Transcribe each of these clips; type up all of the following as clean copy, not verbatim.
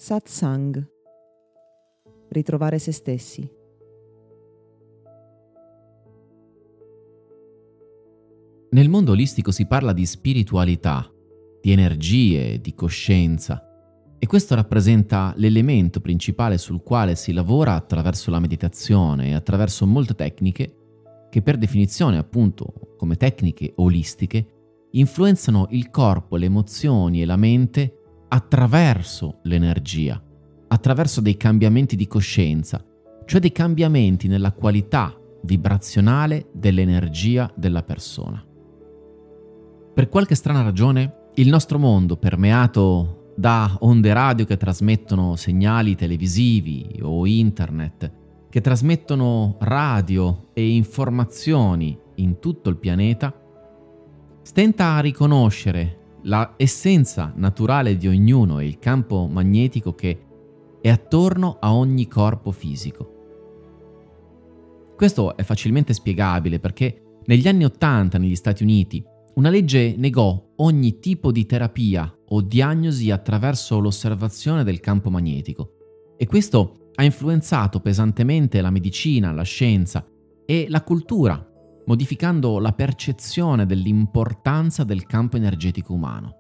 Satsang. Ritrovare se stessi. Nel mondo olistico si parla di spiritualità, di energie, di coscienza, e questo rappresenta l'elemento principale sul quale si lavora attraverso la meditazione e attraverso molte tecniche che per definizione, appunto, come tecniche olistiche, influenzano il corpo, le emozioni e la mente attraverso l'energia, attraverso dei cambiamenti di coscienza, cioè dei cambiamenti nella qualità vibrazionale dell'energia della persona. Per qualche strana ragione, il nostro mondo, permeato da onde radio che trasmettono segnali televisivi o internet, che trasmettono radio e informazioni in tutto il pianeta, stenta a riconoscere la essenza naturale di ognuno e il campo magnetico che è attorno a ogni corpo fisico. Questo è facilmente spiegabile perché negli anni '80 negli Stati Uniti una legge negò ogni tipo di terapia o diagnosi attraverso l'osservazione del campo magnetico e questo ha influenzato pesantemente la medicina, la scienza e la cultura, modificando la percezione dell'importanza del campo energetico umano.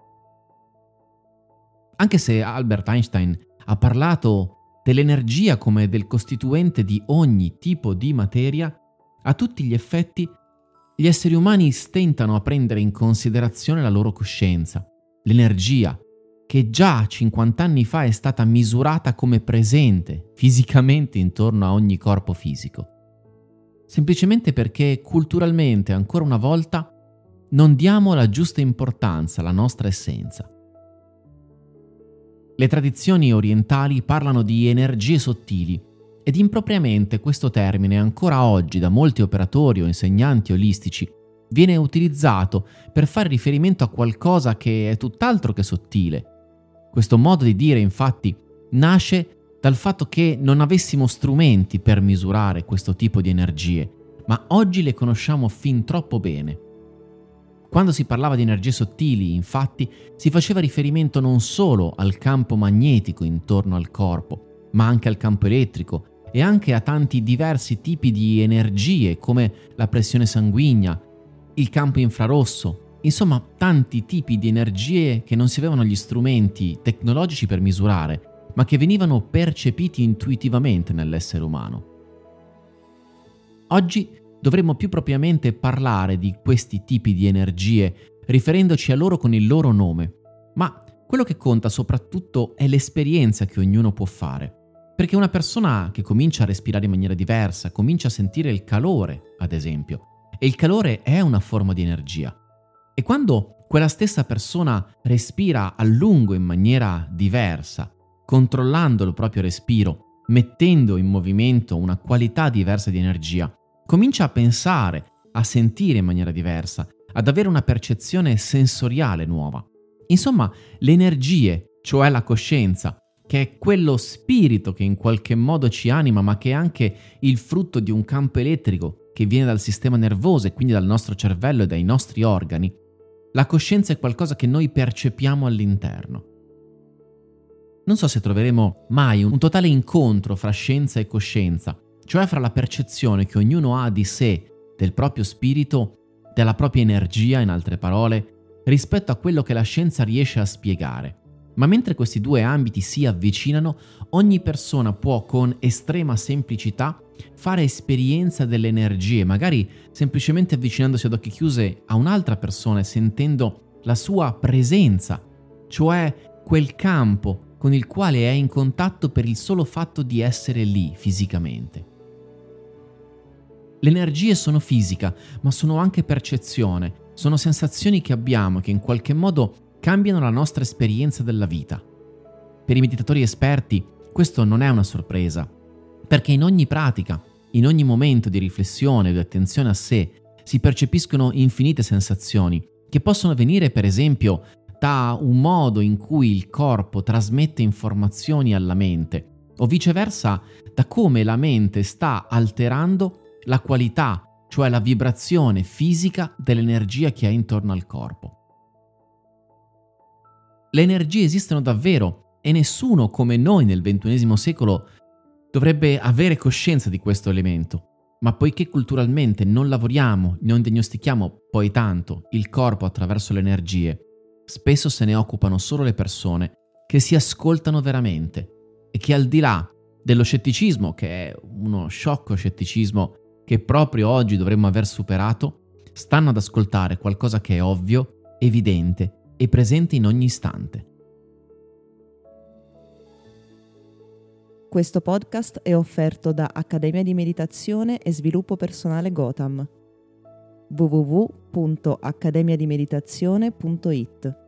Anche se Albert Einstein ha parlato dell'energia come del costituente di ogni tipo di materia, a tutti gli effetti gli esseri umani stentano a prendere in considerazione la loro coscienza, l'energia che già 50 anni fa è stata misurata come presente fisicamente intorno a ogni corpo fisico. Semplicemente perché culturalmente, ancora una volta, non diamo la giusta importanza alla nostra essenza. Le tradizioni orientali parlano di energie sottili ed impropriamente questo termine ancora oggi da molti operatori o insegnanti olistici viene utilizzato per fare riferimento a qualcosa che è tutt'altro che sottile. Questo modo di dire infatti nasce dal fatto che non avessimo strumenti per misurare questo tipo di energie, ma oggi le conosciamo fin troppo bene. Quando si parlava di energie sottili, infatti, si faceva riferimento non solo al campo magnetico intorno al corpo, ma anche al campo elettrico e anche a tanti diversi tipi di energie come la pressione sanguigna, il campo infrarosso, insomma tanti tipi di energie che non si avevano gli strumenti tecnologici per misurare, ma che venivano percepiti intuitivamente nell'essere umano. Oggi dovremmo più propriamente parlare di questi tipi di energie, riferendoci a loro con il loro nome, ma quello che conta soprattutto è l'esperienza che ognuno può fare. Perché una persona che comincia a respirare in maniera diversa, comincia a sentire il calore, ad esempio, e il calore è una forma di energia. E quando quella stessa persona respira a lungo in maniera diversa, controllando il proprio respiro, mettendo in movimento una qualità diversa di energia, comincia a pensare, a sentire in maniera diversa, ad avere una percezione sensoriale nuova. Insomma, le energie, cioè la coscienza, che è quello spirito che in qualche modo ci anima, ma che è anche il frutto di un campo elettrico che viene dal sistema nervoso e quindi dal nostro cervello e dai nostri organi, la coscienza è qualcosa che noi percepiamo all'interno. Non so se troveremo mai un totale incontro fra scienza e coscienza, cioè fra la percezione che ognuno ha di sé, del proprio spirito, della propria energia, in altre parole, rispetto a quello che la scienza riesce a spiegare. Ma mentre questi due ambiti si avvicinano, ogni persona può con estrema semplicità fare esperienza delle energie, magari semplicemente avvicinandosi ad occhi chiusi a un'altra persona e sentendo la sua presenza, cioè quel campo con il quale è in contatto per il solo fatto di essere lì fisicamente. Le energie sono fisica, ma sono anche percezione, sono sensazioni che abbiamo che in qualche modo cambiano la nostra esperienza della vita. Per i meditatori esperti questo non è una sorpresa, perché in ogni pratica, in ogni momento di riflessione o di attenzione a sé, si percepiscono infinite sensazioni, che possono venire per esempio da un modo in cui il corpo trasmette informazioni alla mente, o viceversa da come la mente sta alterando la qualità, cioè la vibrazione fisica dell'energia che è intorno al corpo. Le energie esistono davvero e nessuno come noi nel XXI secolo dovrebbe avere coscienza di questo elemento. Ma poiché culturalmente non lavoriamo, non diagnostichiamo poi tanto il corpo attraverso le energie, spesso se ne occupano solo le persone che si ascoltano veramente e che al di là dello scetticismo, che è uno sciocco scetticismo che proprio oggi dovremmo aver superato, stanno ad ascoltare qualcosa che è ovvio, evidente e presente in ogni istante. Questo podcast è offerto da Accademia di Meditazione e Sviluppo Personale Gotham. www.accademiadimeditazione.it